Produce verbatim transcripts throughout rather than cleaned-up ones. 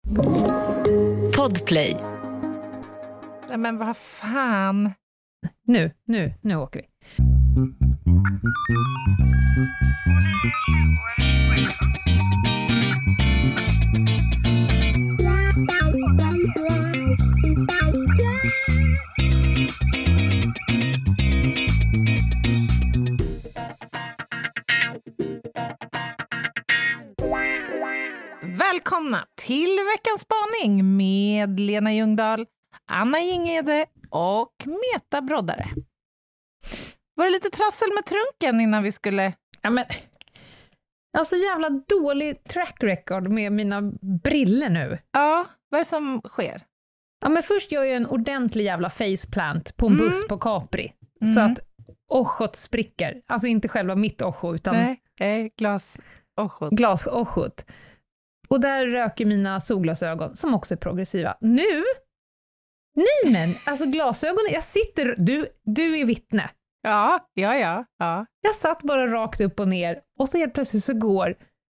Podplay. Nej, men vad fan. Nu, nu, nu åker vi. Välkomna till veckans spaning med Lena Ljungdahl, Anna Ingede och Meta Broddare. Var det lite trassel med trunken innan vi skulle... Ja, men... Jag har så jävla dålig track record med mina briller nu. Ja, vad är det som sker? Ja, men först gör jag en ordentlig jävla faceplant på en Mm. buss på Capri. Mm. Så att ochot spricker. Alltså inte själva mitt ocho, utan Nej, nej glas och glas-ochot. Och där röker mina solglasögon, som också är progressiva. Nu? Nej men, alltså glasögonen, jag sitter, du, du är vittne. Ja, ja, ja, ja. Jag satt bara rakt upp och ner och så helt plötsligt så går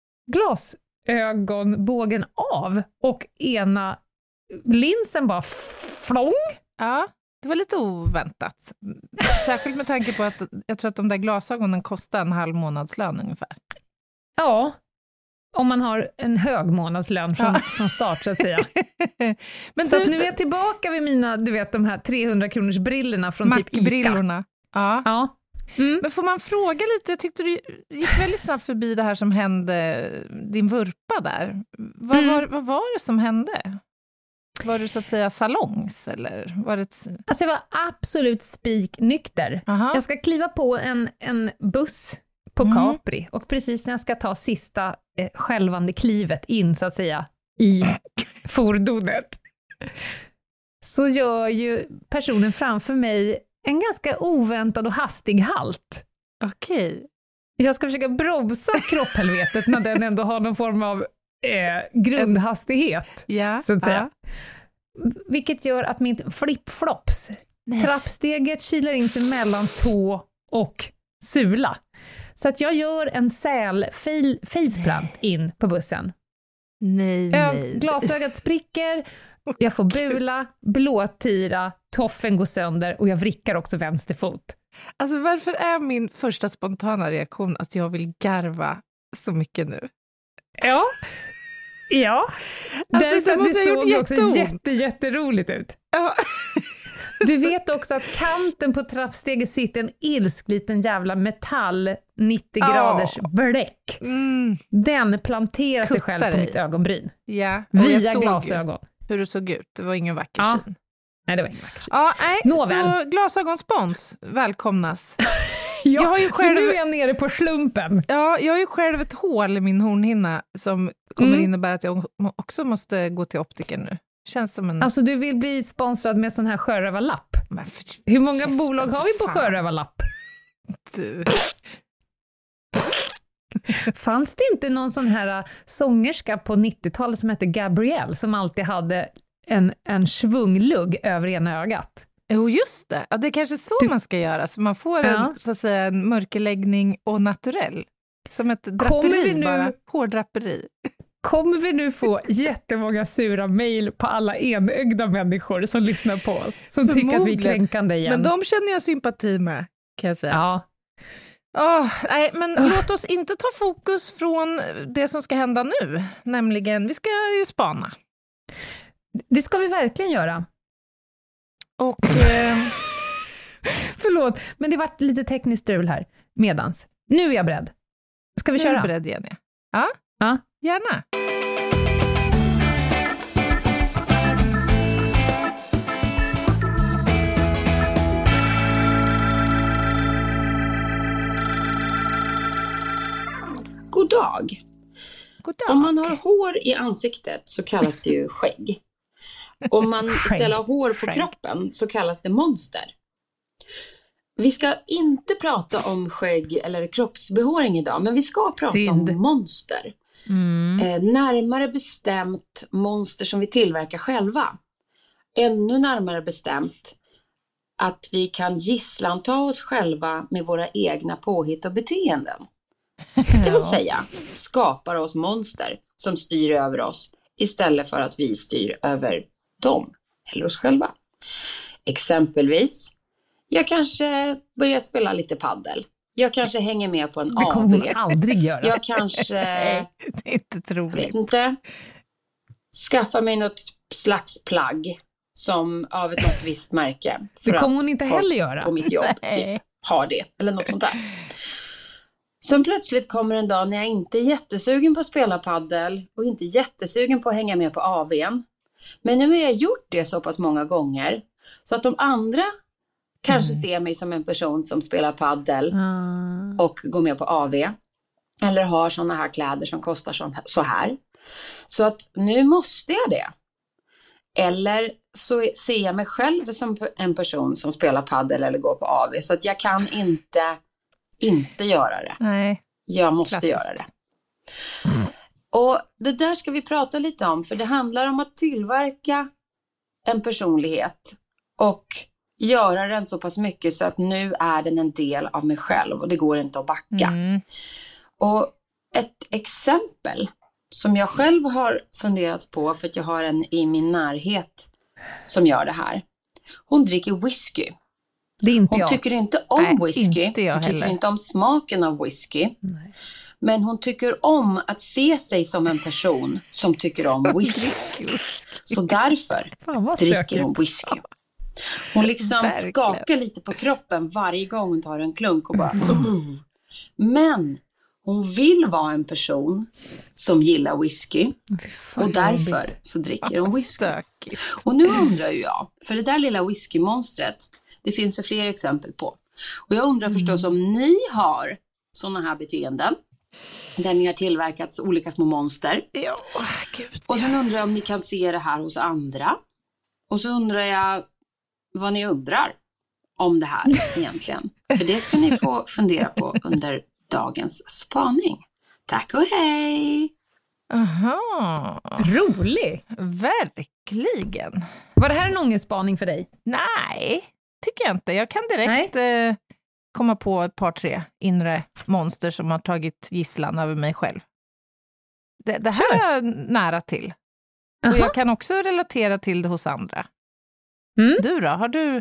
glasögonbågen av och ena linsen bara flång. Ja, det var lite oväntat. Särskilt med tanke på att jag tror att de där glasögonen kostar en halv månadslön ungefär. Ja, om man har en hög månadslön från, Ja. från start så att säga. Men så du, att nu är jag tillbaka vid mina, du vet, de här trehundra kronors brillorna från typ Ica. Mac-brillorna. Ja. Ja. Mm. Men får man fråga lite, jag tyckte du gick väldigt snabbt förbi det här som hände, din vurpa där. Vad, Mm. var, vad var det som hände? Var du så att säga salongs eller var det ett... Alltså jag var absolut spiknykter. Aha. Jag ska kliva på en, en buss på Mm. Capri och precis när jag ska ta sista eh, självande klivet in så att säga i fordonet så gör ju personen framför mig en ganska oväntad och hastig halt. Okej. Jag ska försöka bromsa kropphelvetet när den ändå har någon form av eh, grundhastighet. Ja. Så att säga. Ja. Vilket gör att mitt flip-flops, Nej. trappsteget kilar in sig mellan tå och sula. Så att jag gör en säl fail- faceplant in på bussen. Nej, Ö- nej. glasögat spricker, jag får bula, blåtira, toffen går sönder och jag vrickar också vänster fot. Alltså varför är min första spontana reaktion att jag vill garva så mycket nu? Ja, ja. Alltså, Därför det att måste det ha gjort såg också jätteont. jätte, jätteroligt ut. Ja. Du vet också att kanten på trappsteget sitter en ilsk liten jävla metall nittio graders Ja. bläck. Mm. Den planterar sig Kuttar själv på dig. mitt ögonbryn. Ja. Och jag Via såg glasögon. hur du såg ut. Det var ingen vacker Ja. syn. Nej, det var ingen vacker. Ja, nej. Nåväl. Så glasögonspons välkomnas. Ja, jag har ju för själv- nu är jag nere på slumpen. Ja, jag har ju själv ett hål i min hornhinna som kommer Mm. innebära att jag också måste gå till optiker nu. Känns som en... Alltså du vill bli sponsrad med sån här sjörövarlapp. Men för- Hur många käften, bolag har vi på fan. sjörövarlapp? Du. Fanns det inte någon sån här sångerska på nittiotalet som hette Gabrielle som alltid hade en, en svunglugg över ena ögat? Jo, just det. Ja, det är kanske så Du- man ska göra. Så man får en, Ja. så att säga, en mörkerläggning och naturell. Som ett Kommer draperi vi nu- bara. Hårdraperi. Kommer vi nu få jättemånga sura mejl på alla enögda människor som lyssnar på oss? Som tycker att vi är Förmodligen. kränkande igen. Men de känner jag sympati med, kan jag säga. Ja, Åh, nej, men låt oss inte ta fokus från det som ska hända nu. Nämligen, vi ska ju spana. det ska vi verkligen göra. Och... Eh, Förlåt, men det har varit lite tekniskt strul här medans. Nu är jag beredd. Ska vi nu är köra? du beredd igen, ja. Ja, Ja. gärna. God dag. God dag. Om man har hår i ansiktet så kallas det ju skägg. Om man istället har hår på Skägg. kroppen så kallas det monster. Vi ska inte prata om skägg eller kroppsbehåring idag, men vi ska prata Synd. om monster. Mm. Eh, närmare bestämt monster som vi tillverkar själva. Ännu närmare bestämt att vi kan gisslanta oss själva med våra egna påhitt och beteenden. Det vill säga skapar oss monster som styr över oss istället för att vi styr över dem eller oss själva. Exempelvis, jag kanske börjar spela lite paddel. Jag kanske hänger med på en Det kommer A V. hon aldrig göra. Jag kanske, Nej, det är inte jag troligt. vet inte, skaffa mig något slags plagg som av ett något visst märke. För Det kommer att hon inte folk heller göra. på mitt jobb Nej. typ har det, eller något sånt där. Sen plötsligt kommer en dag när jag inte är jättesugen på att spela paddel och inte jättesugen på att hänga med på A V:n. Men nu har jag gjort det så pass många gånger så att de andra kanske Mm. ser mig som en person som spelar paddel Ah. och går med på A V. Eller har sådana här kläder som kostar så- så här. Så att nu måste jag det. Eller så ser jag mig själv som en person som spelar paddel eller går på A V. Så att jag kan inte inte göra det. Nej. Jag måste Klassiskt. göra det. Och det där ska vi prata lite om. För det handlar om att tillverka en personlighet. Och göra den så pass mycket så att nu är den en del av mig själv. Och det går inte att backa. Mm. Och ett exempel som jag själv har funderat på. För att jag har en i min närhet som gör det här. Hon dricker whisky. Det är inte Hon jag. tycker inte om Nej, whisky. inte jag hon tycker heller. inte om smaken av whisky. Nej. Men hon tycker om att se sig som en person som tycker om whisky. Så därför Fan vad dricker stökigt. hon whisky. Hon liksom Verkligen. skakar lite på kroppen varje gång hon tar en klunk och bara... Men hon vill vara en person som gillar whisky. Fy fan, Och vad därför jobbigt. så dricker hon whisky. Stökigt. Och nu undrar ju jag, för det där lilla whiskymonstret, det finns det fler exempel på. Och jag undrar förstås om ni har sådana här beteenden. Där ni har tillverkat olika små monster. Ja, gud. Och sen undrar jag om ni kan se det här hos andra. Och så undrar jag vad ni undrar om det här egentligen. För det ska ni få fundera på under dagens spaning. Tack och hej! Aha, Rolig! verkligen. Var det här en ångestspaning för dig? Nej, tycker jag inte. Jag kan direkt eh, komma på ett par, tre inre monster som har tagit gisslan över mig själv. Det, det här Kör. är jag nära till. Och Aha. jag kan också relatera till det hos andra. Mm. Du då? Har du... Är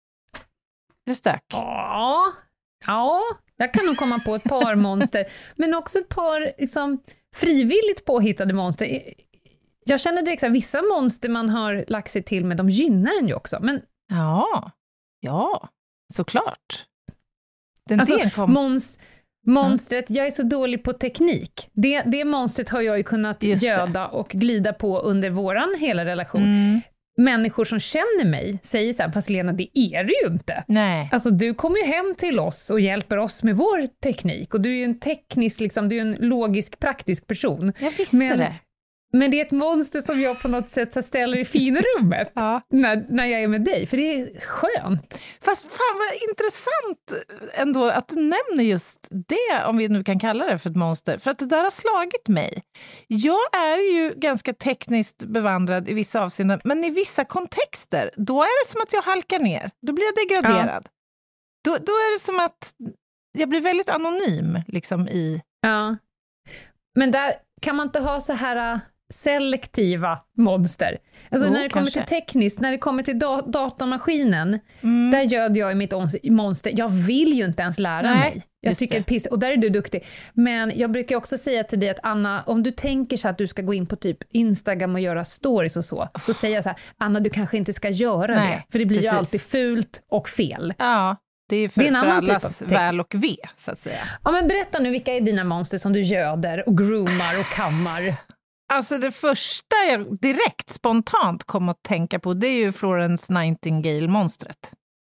det stök? Ja, ja, jag kan nog komma på ett par monster. Men också ett par liksom, frivilligt påhittade monster. Jag känner direkt att vissa monster man har lagt sig till med, de gynnar en ju också. Men Ja, ja, såklart. Den alltså, idén kom... mons, monstret, jag är så dålig på teknik. Det, det monstret har jag ju kunnat Just det. göda och glida på under våran hela relation. Mm, Människor som känner mig säger så här, fast Lena, det är det ju inte. nej. Alltså du kommer ju hem till oss och hjälper oss med vår teknik. Och du är ju en teknisk, liksom, du är en logisk, praktisk person. Jag visste Men, det. men det är ett monster som jag på något sätt så ställer i finrummet Ja. när, när jag är med dig. För det är skönt. Fast fan vad intressant ändå att du nämner just det, om vi nu kan kalla det för ett monster. För att det där har slagit mig. Jag är ju ganska tekniskt bevandrad i vissa avseenden, men i vissa kontexter, då är det som att jag halkar ner. Då blir jag degraderad. Då, då är det som att jag blir väldigt anonym liksom i... Ja. Men där kan man inte ha så här äh, selektiva monster. Alltså Jo, när det kommer kanske. till tekniskt, när det kommer till da- datormaskinen, Mm. där göd jag i mitt ons- monster. Jag vill ju inte ens lära Nej, mig. Jag just tycker det. det. Piss, och där är du duktig. Men jag brukar också säga till dig att Anna, om du tänker så att du ska gå in på typ Instagram och göra stories och så, så säger jag så här, Anna, du kanske inte ska göra Nej, det. För det blir precis. ju alltid fult och fel. Ja, det är för, Det är en för annan typ allas av tecken. väl och ve, så att säga. Ja, men berätta nu, vilka är dina monster som du göder och groomar och kammar? Alltså det första jag direkt spontant kom att tänka på, det är ju Florence Nightingale-monstret.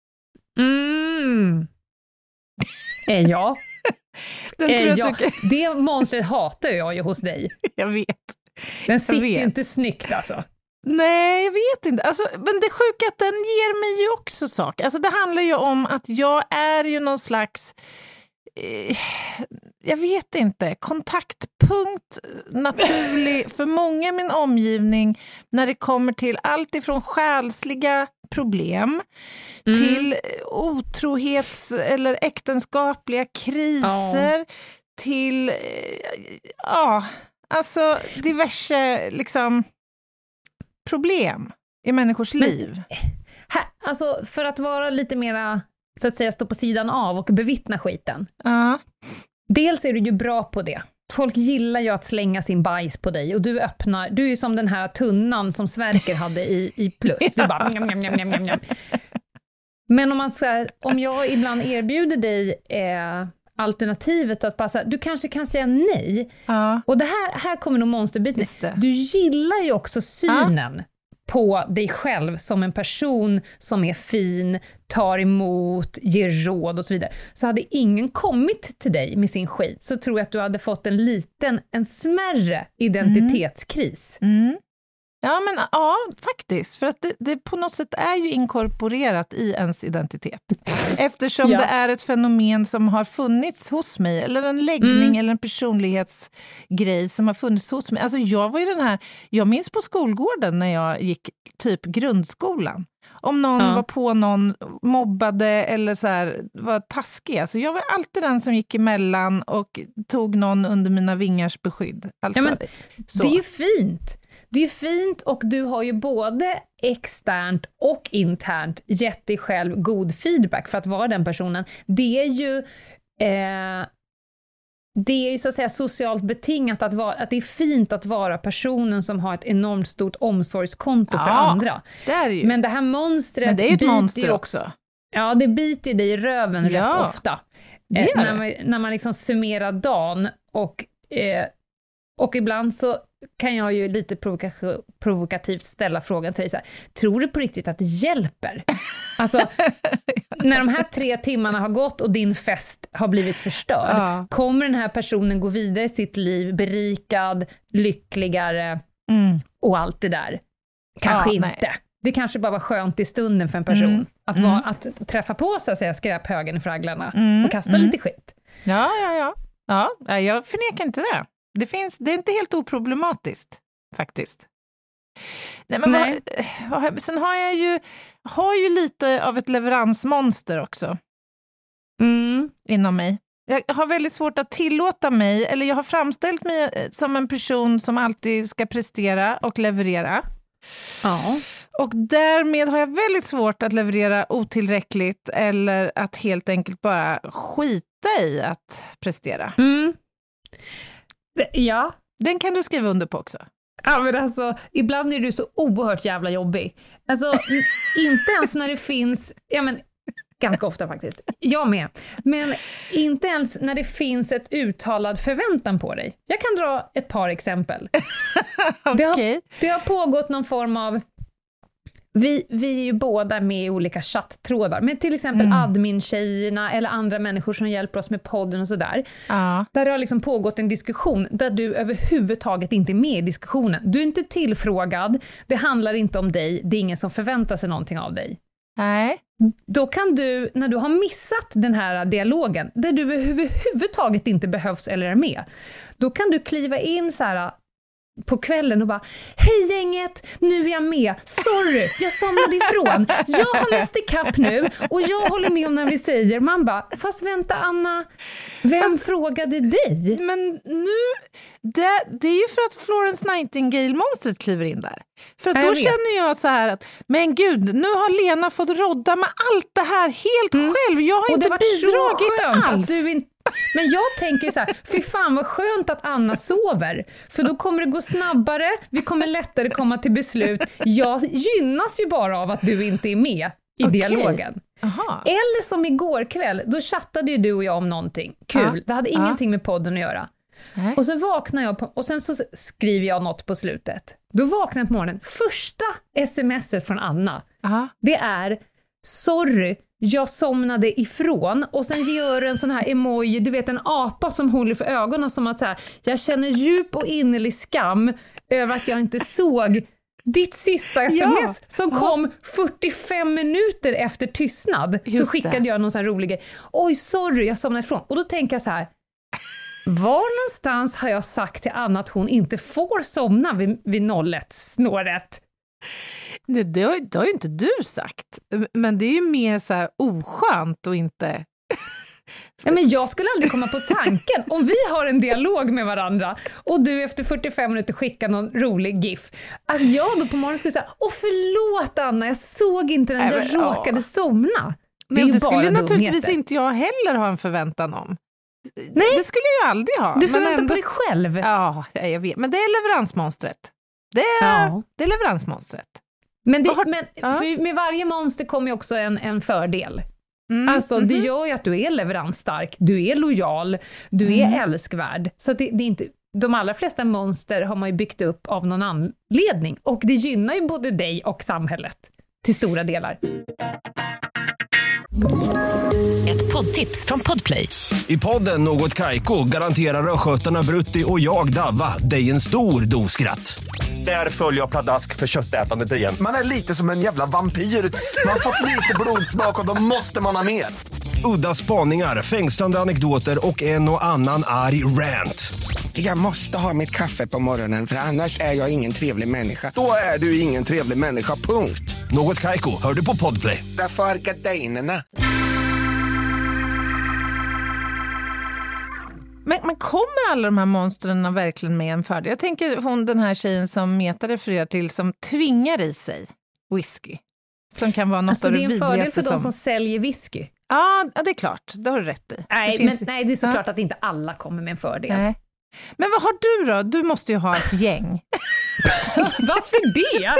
Mm. Är jag? Den Är tror jag, jag? tycker, Det monstret hatar jag ju hos dig. jag vet. Den sitter vet. ju inte snyggt alltså. Nej, jag vet inte. Alltså, men det sjuka är att den ger mig ju också saker. Alltså det handlar ju om att jag är ju någon slags... Eh, jag vet inte, kontaktpunkt naturlig för många i min omgivning när det kommer till allt ifrån själsliga problem Mm. till otrohets- eller äktenskapliga kriser till, eh, ja, alltså diverse liksom problem i människors Men, liv. Här, alltså för att vara lite mera, så att säga, stå på sidan av och bevittna skiten. Ja. Dels är du ju bra på det. Folk gillar ju att slänga sin bajs på dig och du öppnar, du är ju som den här tunnan som Sverker hade i, i plus. Du bara njam, njam, njam, njam, njam. Men om man ska, om jag ibland erbjuder dig eh, alternativet att bara så här, du kanske kan säga nej. Ja. Och det här, här kommer nog monsterbiten. Just det. Du gillar ju också synen på dig själv som en person som är fin, tar emot, ger råd och så vidare. Så hade ingen kommit till dig med sin skit så tror jag att du hade fått en liten, en smärre identitetskris. Mm. Ja, men ja, faktiskt. För att det, det på något sätt är ju inkorporerat i ens identitet. Eftersom Ja. det är ett fenomen som har funnits hos mig, eller en läggning Mm. eller en personlighetsgrej som har funnits hos mig. Alltså jag var ju den här, jag minns på skolgården när jag gick typ grundskolan. Om någon Ja. var på någon, mobbade eller så här, var taskig. Alltså jag var alltid den som gick emellan och tog någon under mina vingars beskydd. Alltså, Ja, men så. det är ju fint. Det är ju fint och du har ju både externt och internt gett dig själv god feedback för att vara den personen. Det är ju eh, det är ju så att säga socialt betingat att, vara, att det är fint att vara personen som har ett enormt stort omsorgskonto för Ja, andra. Det är det ju. Men det här monstret Men det är ju ett biter monster ju också. Ja, det biter ju dig i röven Ja, rätt ofta. det Eh, gör när, det. man, när man liksom summerar dagen och, eh, och ibland så kan jag ju lite provoka- provokativt ställa frågan till dig så här, tror du på riktigt att det hjälper? Alltså, när de här tre timmarna har gått och din fest har blivit förstörd, Ja. kommer den här personen gå vidare i sitt liv berikad, lyckligare Mm. och allt det där? Kanske Ja, inte. nej. Det kanske bara var skönt i stunden för en person Mm. att, Mm. vara, att träffa på så att säga skräphögen i fragglarna Mm. och kasta Mm. lite skit. Ja, ja, ja. Ja, nej, jag förnekar inte det. Det, finns, det är inte helt oproblematiskt, faktiskt. Nej, men Nej. Vad, vad, sen har jag ju, har ju lite av ett leveransmonster också Mm. inom mig. Jag har väldigt svårt att tillåta mig, eller jag har framställt mig som en person som alltid ska prestera och leverera. Ja. Och därmed har jag väldigt svårt att leverera otillräckligt eller att helt enkelt bara skita i att prestera. Mm. Det- Ja. Den kan du skriva under på också. Ja, men alltså, ibland är du så oerhört jävla jobbig. Alltså, n- inte ens när det finns, ja men, ganska ofta faktiskt, jag med, men inte ens när det finns ett uttalad förväntan på dig. Jag kan dra ett par exempel. Det har, Okej. det har pågått någon form av, vi, vi är ju båda med i olika chatttrådar, men till exempel Mm. admin-tjejerna eller andra människor som hjälper oss med podden och sådär. Ja. Där det har liksom pågått en diskussion där du överhuvudtaget inte är med i diskussionen. Du är inte tillfrågad, det handlar inte om dig, det är ingen som förväntar sig någonting av dig. Nej. Då kan du, när du har missat den här dialogen, där du överhuvudtaget inte behövs eller är med, då kan du kliva in så här på kvällen och bara, hej gänget, nu är jag med, sorry, jag somnade ifrån, jag har läst ikapp nu och jag håller med om när vi säger, man bara, fast vänta Anna, vem Fast- frågade dig? Men nu, det, det är ju för att Florence Nightingale-monstret kliver in där. För att Ja, då jag vet. känner jag så här att, men gud, nu har Lena fått rodda med allt det här helt själv. Jag har Och det inte var så bidragit skönt alls. att du inte... Men jag tänker så här, fy fan vad skönt att Anna sover. För då kommer det gå snabbare, vi kommer lättare komma till beslut. Jag gynnas ju bara av att du inte är med i Okej. dialogen. Aha. Eller som igår kväll, då chattade ju du och jag om någonting kul. Ja. Det hade Ja. ingenting med podden att göra. Nej. Och så vaknar jag på, och sen så skriver jag något på slutet. Då vaknar jag på morgonen. Första smset från Anna, Aha. det är sorry, jag somnade ifrån, och sen gör en sån här emoji, du vet en apa som håller för ögonen som att så här, jag känner djup och innerlig skam över att jag inte såg ditt sista sms Ja. som kom fyrtiofem minuter efter tystnad. Just så skickade det. jag någon sån här rolig grej. Oj, sorry, jag somnade ifrån. Och då tänker jag så här, var någonstans har jag sagt till Anna att hon inte får somna vid, vid noll-ett-snåret? Det, det, har, det har ju inte du sagt. Men det är ju mer så här oskönt och inte... Ja, men jag skulle aldrig komma på tanken, om vi har en dialog med varandra och du efter fyrtiofem minuter skickar någon rolig gif, att jag då på morgonen skulle säga, åh förlåt Anna, jag såg inte den, jag men, råkade åh. somna. Det, Men det skulle bara naturligtvis dumheter. inte jag heller ha en förväntan om. Nej. Det skulle jag aldrig ha. Du förväntar men ändå... på dig själv. Ja, jag vet. Men det är leveransmonstret. Det är, Ja. det är leveransmonstret. Men, det, Har- men ja. för med varje monster kommer ju också en, en fördel. Mm. Alltså det mhm. gör ju att du är leveransstark, du är lojal, du Mm. är älskvärd. Så att det, det är inte, de allra flesta monster har man ju byggt upp av någon anledning. Och det gynnar ju både dig och samhället till stora delar. Ett poddtips från Podplay. I podden Något Kaiko garanterar röskötarna Brutti och jag Davva dig en stor dos skratt. Där följer jag pladask för köttätandet igen. Man är lite som en jävla vampyr. Man har fått lite blodsmak och då måste man ha mer. Udda spaningar, fängslande anekdoter och en och annan arg rant. Jag måste ha mitt kaffe på morgonen för annars är jag ingen trevlig människa. Då är du ingen trevlig människa, punkt. Något Kaiko, hör du på Podplay. Därför är gardinerna. Men, men kommer alla de här monstren verkligen med en fördel? Jag tänker hon, den här tjejen som Meta refererar till, som tvingar i sig whisky. Som kan vara något Alltså av det det är en fördel vidrigaste för de som... som säljer whisky. Ja, ja, det är klart. Det har du rätt i. Nej, det finns men, ju- nej det är såklart Ja. att inte alla kommer med en fördel. Nej. Men vad har du då? Du måste ju ha ett gäng. Varför det?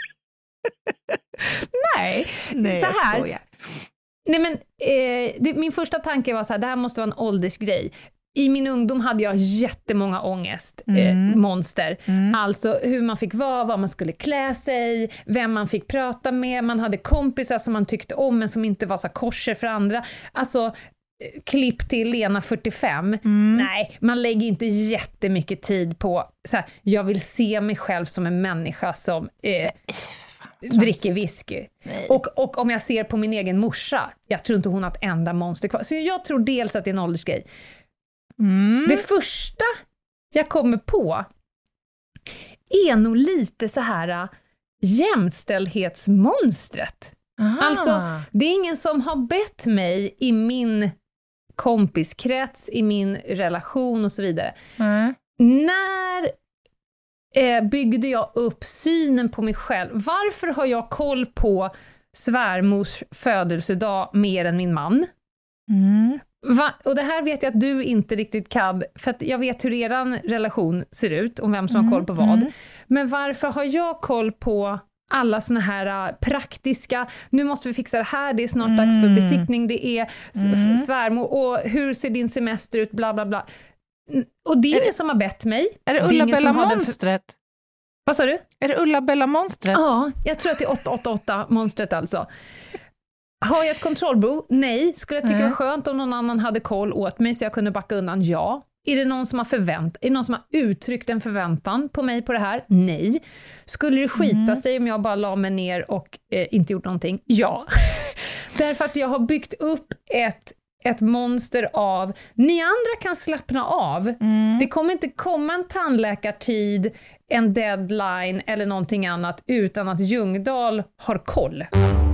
Nej, Nej, så jag här. skojar. Nej, men, eh, det, min första tanke var så här, det här måste vara en åldersgrej. I min ungdom hade jag jättemånga ångest, eh, Mm. monster. Mm. Alltså hur man fick vara, vad man skulle klä sig, vem man fick prata med. Man hade kompisar som man tyckte om men som inte var så här korser för andra. Alltså, eh, klipp till Lena fyrtiofem. Mm. Nej, man lägger inte jättemycket tid på så här, jag vill se mig själv som en människa som eh, dricker whisky. Nej. Och, och om jag ser på min egen morsa, jag tror inte hon har ett enda monster kvar. Så jag tror dels att det är en åldersgrej. Mm. Det första jag kommer på är nog lite så här äh, jämställdhetsmonstret. Aha. Alltså, det är ingen som har bett mig i min kompiskrets, i min relation och så vidare. Mm. När eh, byggde jag upp synen på mig själv? Varför har jag koll på svärmors födelsedag mer än min man? Mm. Va? Och det här vet jag att du inte riktigt kan, för att jag vet hur eran relation ser ut, om vem som Mm, har koll på vad. mm. Men varför har jag koll på alla såna här uh, praktiska, nu måste vi fixa det här, det är snart dags för Mm. besiktning, det är s- Mm. svärmor, och hur ser din semester ut, bla bla bla. Mm, Och det är Är det- ingen som har bett mig. Är det är ingen som har den för- Ulla-Bella-monstret? Vad sa du? Är det Ulla-Bella-monstret? Ja, jag tror att det är åtta åtta åtta-monstret alltså. Har jag ett kontrollbehov? Nej. Skulle jag tycka Nej. det var skönt om någon annan hade koll åt mig så jag kunde backa undan? Ja. Är det någon som har förvänt- är det någon som har uttryckt en förväntan på mig på det här? Nej. Skulle det skita Mm. sig om jag bara la mig ner och eh, inte gjort någonting? Ja. Därför att jag har byggt upp ett, ett monster av, ni andra kan slappna av. Mm. Det kommer inte komma en tandläkartid, en deadline eller någonting annat utan att Ljungdahl har koll.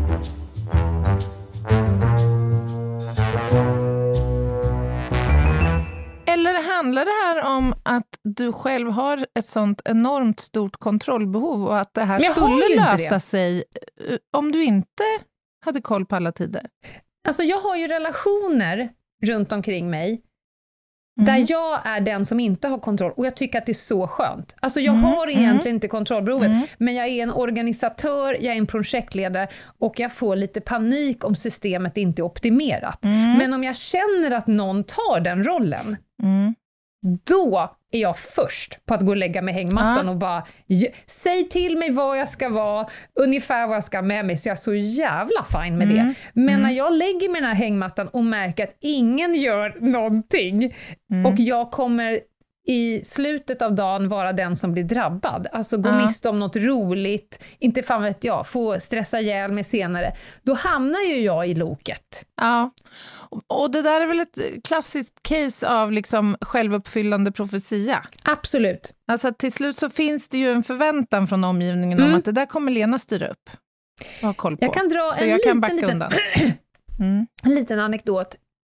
Eller handlar det här om att du själv har ett sånt enormt stort kontrollbehov och att det här Men jag har skulle ju inte lösa det. sig eh, om du inte hade koll på alla tider? Alltså jag har ju relationer runt omkring mig Mm. där jag är den som inte har kontroll, och jag tycker att det är så skönt. Alltså jag Mm, har mm. egentligen inte kontrollbehovet, Mm. men jag är en organisatör, jag är en projektledare och jag får lite panik om systemet inte är optimerat. Mm. Men om jag känner att någon tar den rollen, Mm. då är jag först på att gå och lägga mig i hängmattan Ja. och bara, "J- säg till mig vad jag ska vara, ungefär vad jag ska ha med mig", så jag är så jävla fin med Mm. det. Men Mm. när jag lägger mig i den här hängmattan och märker att ingen gör någonting, Mm. och jag kommer i slutet av dagen vara den som blir drabbad, alltså gå Ja. miste om något roligt, inte fan vet jag, få stressa ihjäl mig senare, då hamnar ju jag i loket. Ja, och- och det där är väl ett klassiskt case av liksom självuppfyllande profetia. Absolut. Alltså att till slut så finns det ju en förväntan från omgivningen Mm. om att det där kommer Lena styra upp och ha koll på. Jag kan dra så en jag kan liten, backa liten, undan. Mm. en liten anekdot.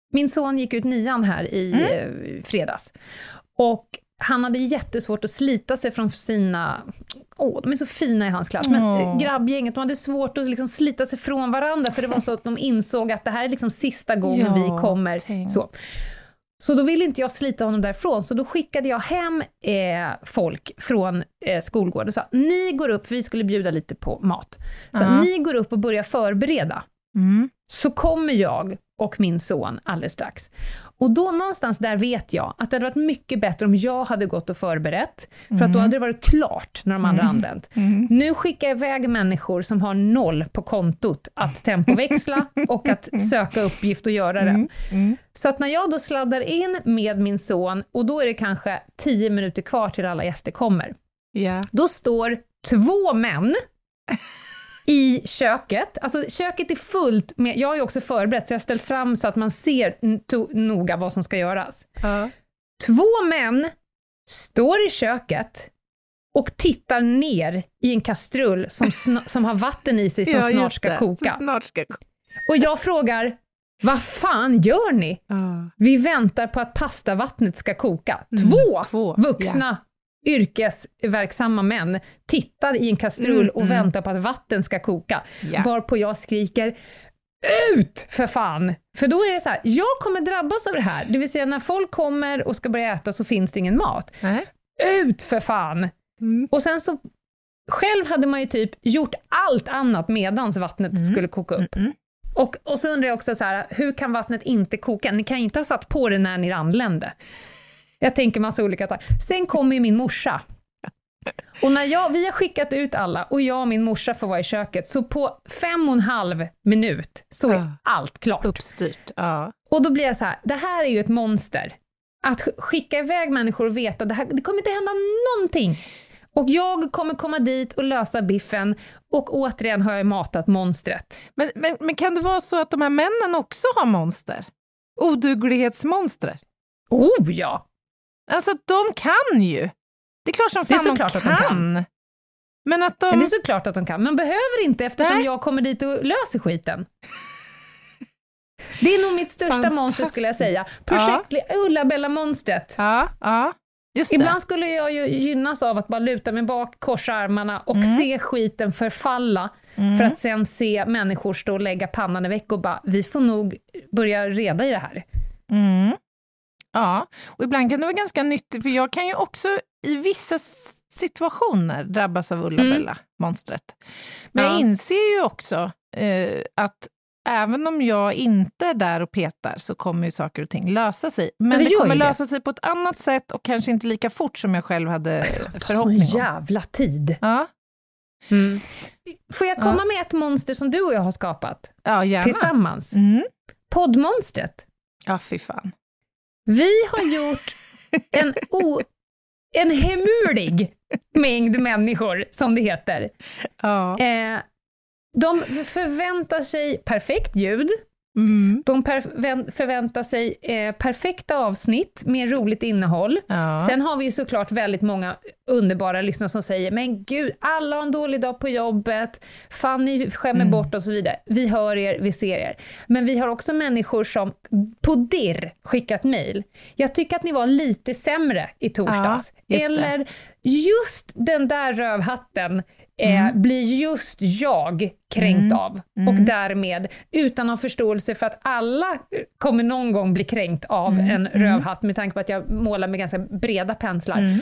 min son gick ut nian här i Mm. eh, fredags. Och han hade jättesvårt att slita sig från sina... Åh, de är så fina i hans klass. Men Åh. grabbgänget, de hade svårt att liksom slita sig från varandra. För det var så att de insåg att det här är liksom sista gången Ja, vi kommer. tänk. Så. Så då ville inte jag slita honom därifrån. Så då skickade jag hem eh, folk från eh, skolgården och sa, ni går upp, för vi skulle bjuda lite på mat. Så Ja. ni går upp och börjar förbereda. Mm. Så kommer jag och min son alldeles strax. Och då någonstans där vet jag att det hade varit mycket bättre om jag hade gått och förberett. För att då hade det varit klart när de andra Mm. använt. Mm. Nu skickar jag iväg människor som har noll på kontot att tempoväxla och att söka uppgift och göra det. Mm. Mm. Så att när jag då sladdar in med min son, och då är det kanske tio minuter kvar till alla gäster kommer. Ja. Då står två män i köket. Alltså köket är fullt med, jag har ju också förberett så jag har ställt fram så att man ser n- to- noga vad som ska göras. Ja. Två män står i köket och tittar ner i en kastrull som, sn- som har vatten i sig som Ja, snart just ska det. koka. Så snart ska koka. Och jag frågar, vad fan gör ni? Ja. Vi väntar på att pastavattnet ska koka. Mm, Två, två, vuxna, yrkesverksamma män tittar i en kastrull Mm, och mm. väntar på att vatten ska koka. Ja. Varpå jag skriker, ut för fan! För då är det så här, jag kommer drabbas av det här. Det vill säga när folk kommer och ska börja äta så finns det ingen mat. Nej. Ut för fan! Mm. Och sen så, själv hade man ju typ gjort allt annat medans vattnet Mm. skulle koka upp. Mm. Och, och så undrar jag också så här, hur kan vattnet inte koka? Ni kan ju inte ha satt på det när ni anlände. Jag tänker massa olika tankar. Sen kommer ju min morsa. Och när jag, vi har skickat ut alla och jag och min morsa får vara i köket, så på fem och en halv minut så är Ja. allt klart. Uppstyrt. Ja. Och då blir jag så här, det här är ju ett monster. Att sk- skicka iväg människor och veta att det, här, det kommer inte hända någonting. Och jag kommer komma dit och lösa biffen, och återigen har jag matat monstret. Men, men, men kan det vara så att de här männen också har monster? Oduglighetsmonster? Oh ja! Alltså de kan ju. Det är klart som Det är fan de såklart kan. att de kan. Men att de... Men det är såklart att de kan, men behöver inte eftersom Nej. jag kommer dit och löser skiten. Det är nog mitt största Fantastiskt. monster skulle jag säga. Projekt Ulla-Bella-monstret. Ja, ja. Just Ibland det. skulle jag ju gynnas av att bara luta mig bak, korsa armarna och Mm. se skiten förfalla. Mm. För att sen se människor stå och lägga pannan i veck och bara, vi får nog börja reda i det här. Mm. Ja, och ibland kan det vara ganska nyttigt, för jag kan ju också i vissa s- situationer drabbas av Ulla-Bella-monstret. Men Ja. jag inser ju också eh, att även om jag inte är där och petar så kommer ju saker och ting lösa sig. Men det det, gör kommer ju det. lösa sig på ett annat sätt och kanske inte lika fort som jag själv hade Sån förhoppning om. jävla tid. Ja, Mm. Får jag komma Ja. med ett monster som du och jag har skapat? ja, gärna. Tillsammans. Mm. Poddmonstret. Ja, fy fan. Vi har gjort en, o, en hemulig mängd människor, som det heter. Ja. Eh, de förväntar sig perfekt ljud. Mm. De per, förväntar sig eh, perfekta avsnitt med roligt innehåll. Ja. Sen har vi ju såklart väldigt många underbara lyssnare som säger, men gud, alla har en dålig dag på jobbet, fan ni skämmer Mm. bort och så vidare. Vi hör er, vi ser er. Men vi har också människor som på dirr skickat mejl. Jag tycker att ni var lite sämre i torsdags. Ja, just det. Eller just den där rövhatten eh, Mm. blir just jag kränkt Mm. av. Mm. Och därmed utan att ha förståelse för att alla kommer någon gång bli kränkt av Mm. en Mm. rövhatt, med tanke på att jag målar med ganska breda penslar. Mm.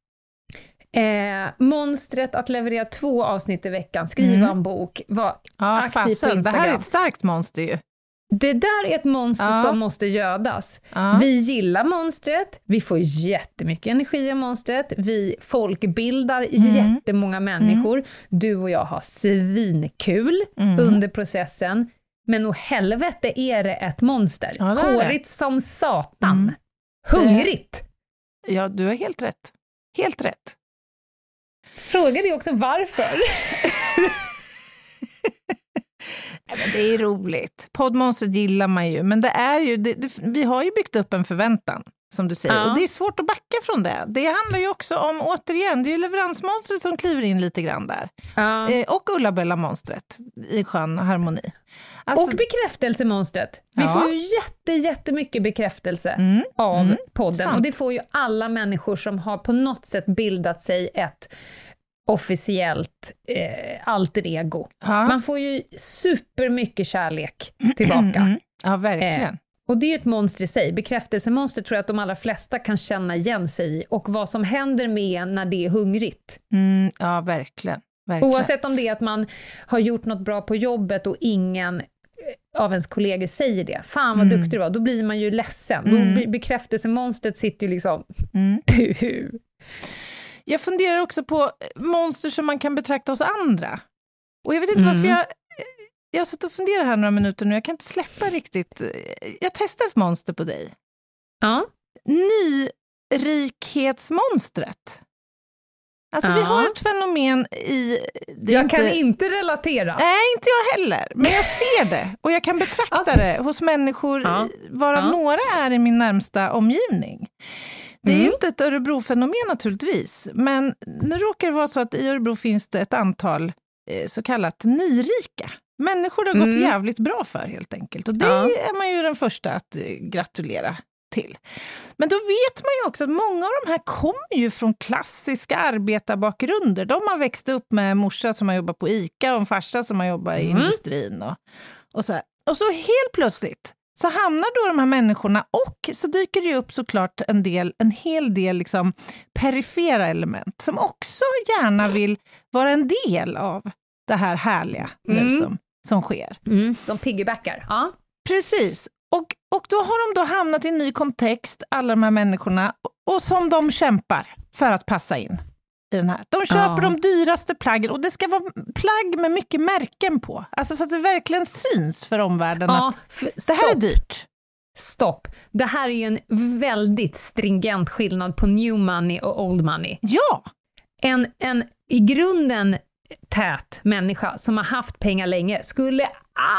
Eh, monstret att leverera två avsnitt i veckan, skriva Mm. en bok, vara Ja, aktiv på fasen. Det Instagram. här är ett starkt monster ju. Det där är ett monster Ja. som måste gödas. Ja. Vi gillar monstret, vi får jättemycket energi av monstret, vi folkbildar Mm. jättemånga människor, du och jag har svinkul Mm. under processen, men och helvete är det ett monster. Ja, det är det. Hårigt som satan. Mm. Hungrigt. Ja, du har helt rätt. Helt rätt. Frågar dig också varför. Nej, men det är roligt. Poddmonstret gillar man ju, men det är ju, det, det, vi har ju byggt upp en förväntan. som du säger. Ja. Och det är svårt att backa från det. Det handlar ju också om, återigen, det är ju leveransmonstret som kliver in lite grann där. Ja. Eh, och Ulla-Bella-monstret i skön harmoni. Alltså, och bekräftelsemonstret. Vi Ja. får ju jätte, jättemycket bekräftelse Mm, av mm, podden. sant. Och det får ju alla människor som har på något sätt bildat sig ett officiellt eh, alter ego. ja. Man får ju supermycket kärlek tillbaka. Mm, ja, verkligen. Eh, och det är ju ett monster i sig. Bekräftelsemonster tror jag att de allra flesta kan känna igen sig i. Och vad som händer med en när det är hungrigt. Mm, ja, verkligen. verkligen. Oavsett om det är att man har gjort något bra på jobbet och ingen av ens kollegor säger det. Fan vad Mm. duktig du var. Då blir man ju ledsen. Mm. Då be- bekräftelsemonstret sitter ju liksom... Mm. Puhu. Jag funderar också på monster som man kan betrakta hos andra. Och jag vet inte Mm. varför jag... Jag har suttit och funderat här några minuter nu. Jag kan inte släppa riktigt. Jag testar ett monster på dig. Ja. Nyrikhetsmonstret. Alltså vi Ja. har ett fenomen i... det är Jag inte, kan inte relatera. Nej, inte jag heller. Men jag ser det. Och jag kan betrakta Okej. det hos människor, Ja. varav Ja. några är i min närmsta omgivning. Det är Mm. inte ett Örebro-fenomen naturligtvis. Men nu råkar det vara så att i Örebro finns det ett antal eh, så kallat nyrika. Människor det har gått Mm. jävligt bra för helt enkelt. Och det Ja. är man ju den första att eh, gratulera till. Men då vet man ju också att många av de här kommer ju från klassiska arbetarbakgrunder. De har växt upp med en morsa som har jobbat på ICA och en farsa som har jobbat i Mm. industrin. Och, och, så här. Och så helt plötsligt så hamnar då de här människorna, och så dyker det ju upp såklart en, del, en hel del liksom perifera element som också gärna vill vara en del av det här härliga nu Mm. som, som sker. Mm. De piggybackar. Ja. Precis. Och, och då har de då hamnat i en ny kontext, alla de här människorna, och, och som de kämpar för att passa in i den här. De köper Ja. de dyraste plaggen, och det ska vara plagg med mycket märken på. Alltså så att det verkligen syns för omvärlden Ja, att för, det här är stopp. dyrt. Stopp. Det här är ju en väldigt stringent skillnad på new money och old money. Ja, En, en i grunden tät människa som har haft pengar länge skulle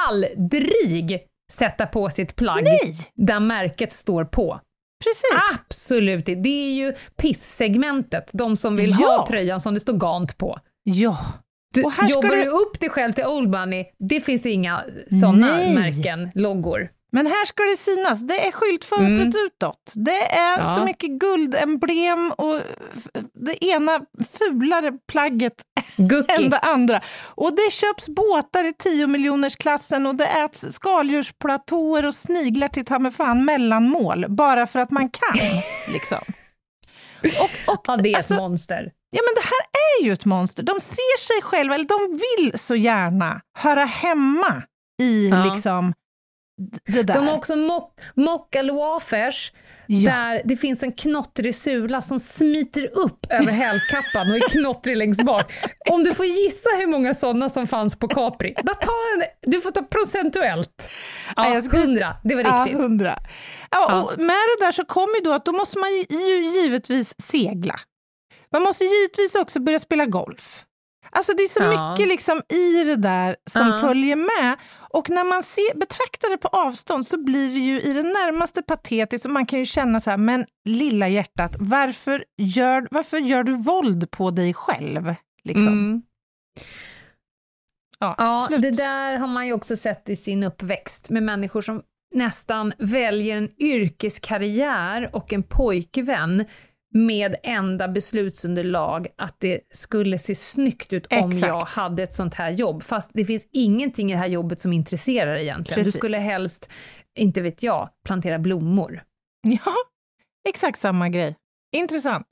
aldrig sätta på sitt plagg nej, där märket står på. precis. Absolut inte. Det är ju piss-segmentet. De som vill Ja. ha tröjan som det står Gant på. Ja, Du, Och här ska jobbar det- du upp dig själv till old money, det finns inga sådana Nej. märken, loggor. men här ska det synas. Det är skyltfönstret Mm. utåt. Det är Ja. så mycket guldemblem och f- det ena fulare plagget Gucci. än det andra. Och det köps båtar i tio miljoners klassen och det äts skaldjursplatåer och sniglar till ta med fan mellanmål bara för att man kan. liksom. Och, och, Ja, det är alltså, ett monster. ja, men det här är ju ett monster. De ser sig själva, eller de vill så gärna höra hemma i Ja. liksom d- det där. De har också mo- mocka loafers Ja. där det finns en knottrig sula som smiter upp över hälkappan och är knottrig längst bak. Om du får gissa hur många sådana som fanns på Capri. Bara ta en, du får ta procentuellt. Nej, Ja, jag skulle- hundra. Det var Ja, riktigt. hundra. Ja, Ja. och med det där så kommer ju då att då måste man ju givetvis segla. Man måste givetvis också börja spela golf. Alltså det är så Ja. mycket liksom i det där som Ja. följer med. Och när man ser, betraktar det på avstånd så blir det ju i det närmaste patetiskt. Och man kan ju känna så här, men lilla hjärtat, varför gör, varför gör du våld på dig själv? Liksom. Mm. Ja, Ja, slut. det där har man ju också sett i sin uppväxt med människor som nästan väljer en yrkeskarriär och en pojkvän med enda beslutsunderlag att det skulle se snyggt ut om Exakt. jag hade ett sånt här jobb. Fast det finns ingenting i det här jobbet som intresserar egentligen. Precis. Du skulle helst, inte vet jag, plantera blommor. Ja, exakt samma grej. Intressant.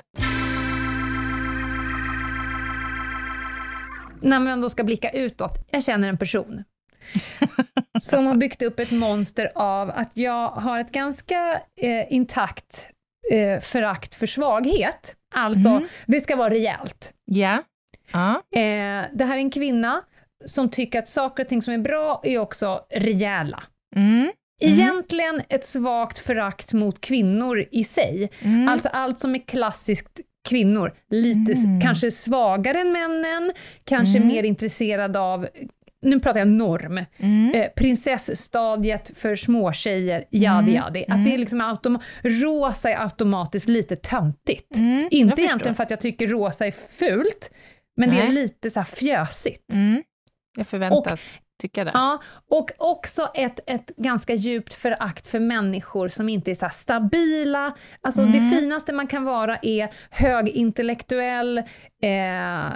När man då ska blicka utåt, jag känner en person som har byggt upp ett monster av att jag har ett ganska eh, intakt eh, förakt för svaghet. Alltså, Mm. det ska vara rejält. Ja. Ja. Eh, det här är en kvinna som tycker att saker och ting som är bra är också rejäla. Mm. Egentligen ett svagt förakt mot kvinnor i sig. Mm. Alltså allt som är klassiskt kvinnor. Lite s- Mm. kanske svagare än männen, kanske Mm. mer intresserad av nu pratar jag norm, Mm. eh, prinsessstadiet för småtjejer, jadi Mm. jadi, Mm. att det är liksom automa- rosa är automatiskt lite töntigt. Mm. Jag Inte förstår. egentligen för att jag tycker rosa är fult, men det är Nej. lite så här fjösigt. Mm. Jag förväntas tycka det. Ja, och också ett, ett ganska djupt förakt för människor som inte är så här stabila. Alltså Mm. det finaste man kan vara är högintellektuell, eh,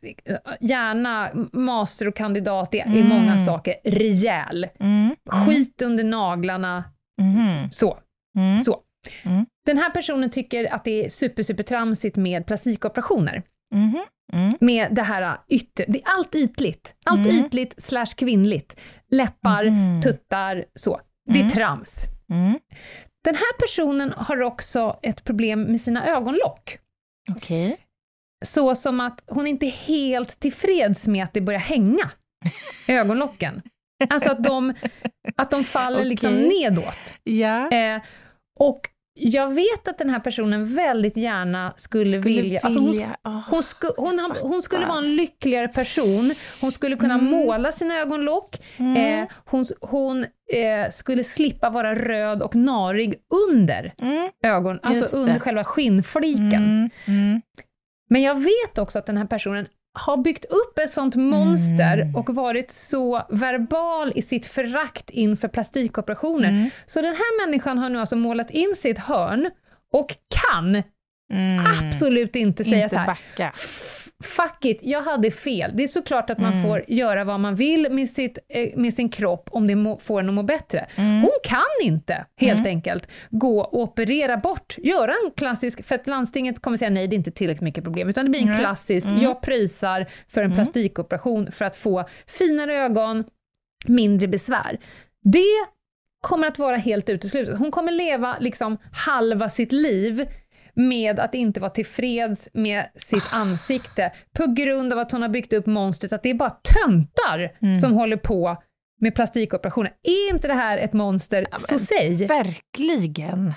gärna master och kandidat i, Mm. i många saker, rejäl. Mm. Skit under naglarna, Mm. så. Mm. så. Mm. Den här personen tycker att det är super, super tramsigt med plastikoperationer. Mm. Mm. Med det här ytter, det är allt ytligt. Allt Mm. ytligt slash kvinnligt. Läppar, Mm. tuttar, så. Det är Mm. trams. Mm. Den här personen har också ett problem med sina ögonlock. Okej. Så som att hon inte är helt tillfreds med att det börjar hänga. Ögonlocken. Alltså att de, att de faller Okej. liksom nedåt. Ja. Eh, och jag vet att den här personen väldigt gärna skulle, Skulle vilja... Alltså hon, vilja- åh, hon, sku, hon, har- hon skulle fattar. vara en lyckligare person. Hon skulle kunna Mm. måla sina ögonlock. Mm. Eh, hon hon eh, skulle slippa vara röd och narig under Mm. ögon, Just alltså under det. själva skinnfliken. Mm. Mm. Men jag vet också att den här personen har byggt upp ett sånt monster Mm. och varit så verbal i sitt förakt inför plastikoperationer. Mm. Så den här människan har nu alltså målat in sitt hörn och kan Mm. absolut inte säga Inte så här: backa. fuck it, jag hade fel. Det är såklart att man Mm. får göra vad man vill med, sitt, eh, med sin kropp om det må, får en att må bättre. Mm. Hon kan inte, helt Mm. enkelt, gå och operera bort. Göra en klassisk, för att landstinget kommer säga nej, det är inte tillräckligt mycket problem, utan det blir en Nej. klassisk, Mm. jag pröjsar för en Mm. plastikoperation för att få finare ögon, mindre besvär. Det kommer att vara helt uteslutet. Hon kommer leva liksom halva sitt liv med att inte vara tillfreds med sitt ansikte på grund av att hon har byggt upp monstret att det är bara töntar Mm. som håller på med plastikoperationer. Är inte det här ett monster, Ja, så men säg. Verkligen.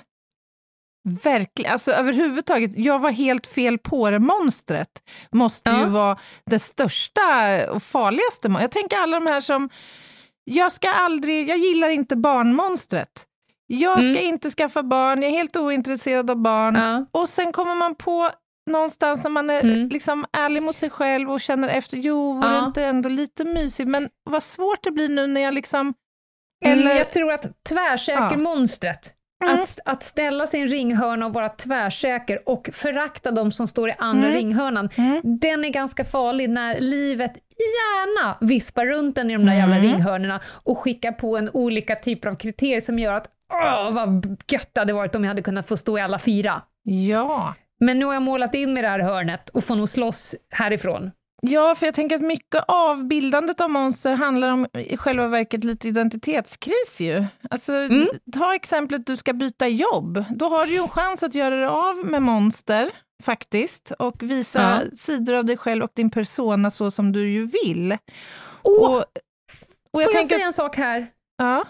Verkligen. Alltså överhuvudtaget, jag var helt fel på det. Monstret måste Ja. ju vara det största och farligaste. mon- Jag tänker alla de här som, jag ska aldrig, jag gillar inte barnmonstret. Jag ska Mm. inte skaffa barn, jag är helt ointresserad av barn. Ja. Och sen kommer man på någonstans när man är Mm. liksom ärlig mot sig själv och känner efter, jo, var Ja. det inte ändå lite mysigt? Men vad svårt det blir nu när jag liksom... Eller... Eller, Jag tror att tvärsäker Ja. monstret, Mm. att, att ställa sin ringhörna och vara tvärsäker och förakta de som står i andra Mm. ringhörnan, Mm. den är ganska farlig när livet gärna vispar runt den i de där jävla Mm. ringhörnorna och skickar på en olika typer av kriterier som gör att åh, vad gött det hade varit om jag hade kunnat få stå i alla fyra. ja. Men nu har jag målat in med det här hörnet och får nog slåss härifrån. Ja, för jag tänker att mycket av bildandet av monster handlar om i själva verket lite identitetskris ju. Alltså, Mm. ta exemplet du ska byta jobb. Då har du ju en chans att göra dig av med monster, faktiskt, och visa Ja. sidor av dig själv och din persona så som du ju vill. Åh, och, och får jag jag tänker säga en sak här? ja,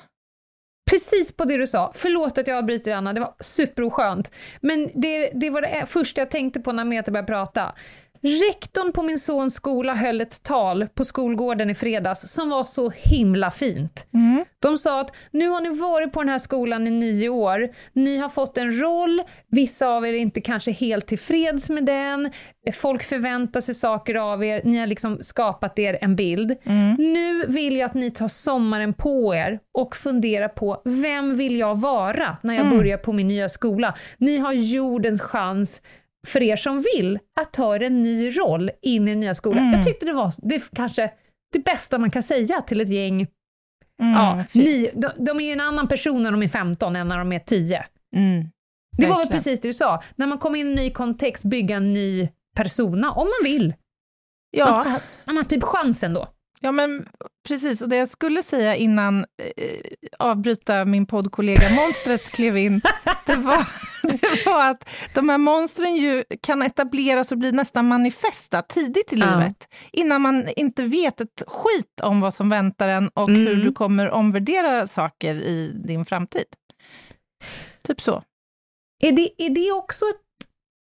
Precis på det du sa. Förlåt att jag avbryter, Anna, det var superoskönt. Men det, det var det första jag tänkte på när Meta började prata. Rektorn på min sons skola höll ett tal på skolgården i fredags som var så himla fint. mm. De sa att nu har ni varit på den här skolan i nio år. Ni har fått en roll. Vissa av er är inte kanske helt tillfreds med den. Folk förväntar sig saker av er. Ni har liksom skapat er en bild. Mm. Nu vill jag att ni tar sommaren på er och funderar på vem vill jag vara när jag Mm. börjar på min nya skola. Ni har jordens chans för er som vill att ta er en ny roll in i den nya skolan. Mm. Jag tyckte det var det kanske det bästa man kan säga till ett gäng. Mm. Ja, fint. ni, de, de är ju en annan person när de är femton än när de är tio. Mm. Det var väl Verkligen. precis det du sa. När man kommer in i en ny kontext, bygga en ny persona, om man vill. Ja. Man, får, man har typ chansen då. Ja, men precis. Och det jag skulle säga innan eh, avbryta min poddkollega monstret klev in, det var, det var att de här monstren ju kan etableras och bli nästan manifesta tidigt i Ja. livet. Innan man inte vet ett skit om vad som väntar en och Mm. hur du kommer omvärdera saker i din framtid. Typ så. Är det, är det också ett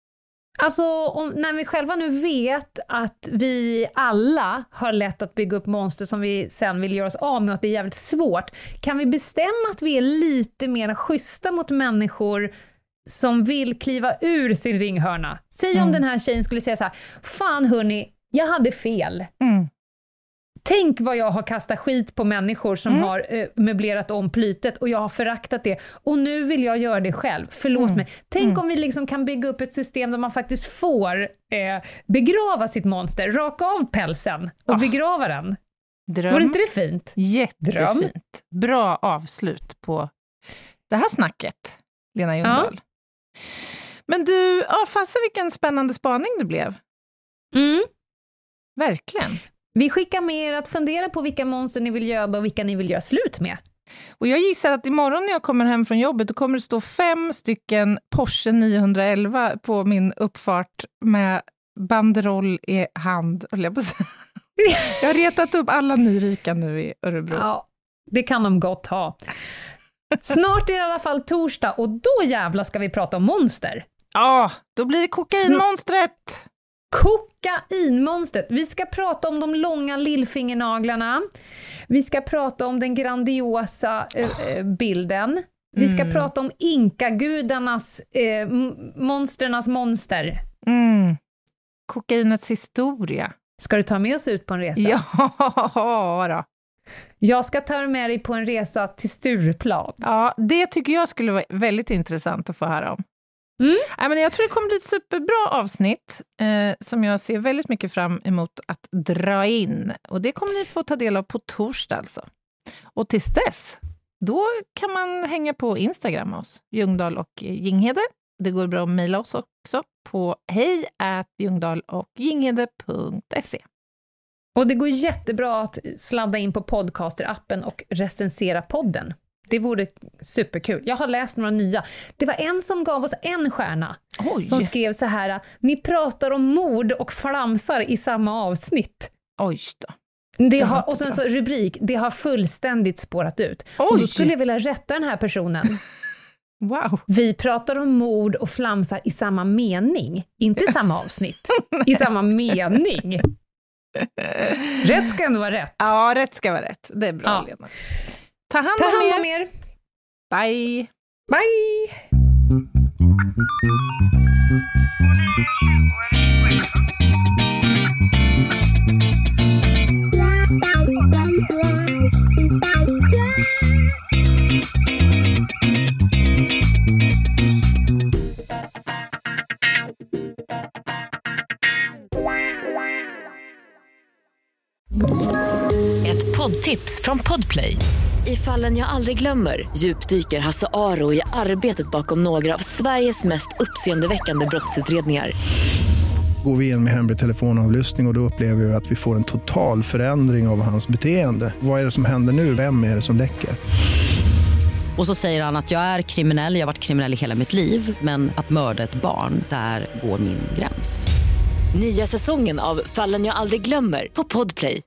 Alltså, om, när vi själva nu vet att vi alla har lätt att bygga upp monster som vi sen vill göra oss av med och att det är jävligt svårt, kan vi bestämma att vi är lite mer schyssta mot människor som vill kliva ur sin ringhörna? Säg mm. om den här tjejen skulle säga så här: fan hörni, jag hade fel. Mm. Tänk vad jag har kastat skit på människor som mm. har eh, möblerat om plytet och jag har föraktat det. Och nu vill jag göra det själv. Förlåt mm. mig. Tänk mm. om vi liksom kan bygga upp ett system där man faktiskt får eh, begrava sitt monster. Raka av pälsen och oh. begrava den. Dröm. Var inte det fint? Jättefint. Dröm. Bra avslut på det här snacket, Lena Ljungdahl. Ja. Men du, ja, fast vilken spännande spaning det blev. Mm. Verkligen. Vi skickar med er att fundera på vilka monster ni vill göra och vilka ni vill göra slut med. Och jag gissar att imorgon när jag kommer hem från jobbet då kommer det stå fem stycken Porsche niohundraelva på min uppfart med banderoll i hand. Jag har retat upp alla nyrika nu i Örebro. Ja, det kan de gott ha. Snart är det i alla fall torsdag och då jävla ska vi prata om monster. Ja, då blir det kokainmonstret. Kokainmonstret. Vi ska prata om de långa lillfingernaglarna. Vi ska prata om den grandiosa äh, bilden. Vi ska mm. prata om inkagudarnas äh, monsternas monster. Mm. Kokainets historia. Ska du ta med oss ut på en resa? Ja då. Jag ska ta med dig på en resa till Stureplan. Ja, det tycker jag skulle vara väldigt intressant att få höra om. Mm. Ja, men jag tror det kommer bli ett superbra avsnitt eh, som jag ser väldigt mycket fram emot att dra in. Och det kommer ni få ta del av på torsdag alltså. Och tills dess, då kan man hänga på Instagram med oss, Ljungdahl och Ginghede. Det går bra att mejla oss också på hej at ljungdahl och ginghede punkt se. Och det går jättebra att sladda in på Podcaster-appen och recensera podden. Det vore superkul. Jag har läst några nya. Det var en som gav oss en stjärna. Oj. Som skrev så här: ni pratar om mord och flamsar i samma avsnitt. Oj då. Det har, och sen så rubrik, det har fullständigt spårat ut. Oj. Och då skulle jag vilja rätta den här personen. Wow. Vi pratar om mord och flamsar i samma mening. Inte i samma avsnitt. I samma mening. Rätt ska ändå vara rätt. Ja, rätt ska vara rätt. Det är bra, ja. Lena. Ta hand, Ta hand om, om er. er. Bye. Bye. Ett poddtips från Podplay. I Fallen jag aldrig glömmer djupdyker Hasse Aro i arbetet bakom några av Sveriges mest uppseendeväckande brottsutredningar. Går vi in med hemlig telefonavlyssning och, och då upplever vi att vi får en total förändring av hans beteende. Vad är det som händer nu? Vem är det som läcker? Och så säger han att jag är kriminell, jag har varit kriminell i hela mitt liv, men att mörda ett barn, där går min gräns. Nya säsongen av Fallen jag aldrig glömmer på Podplay.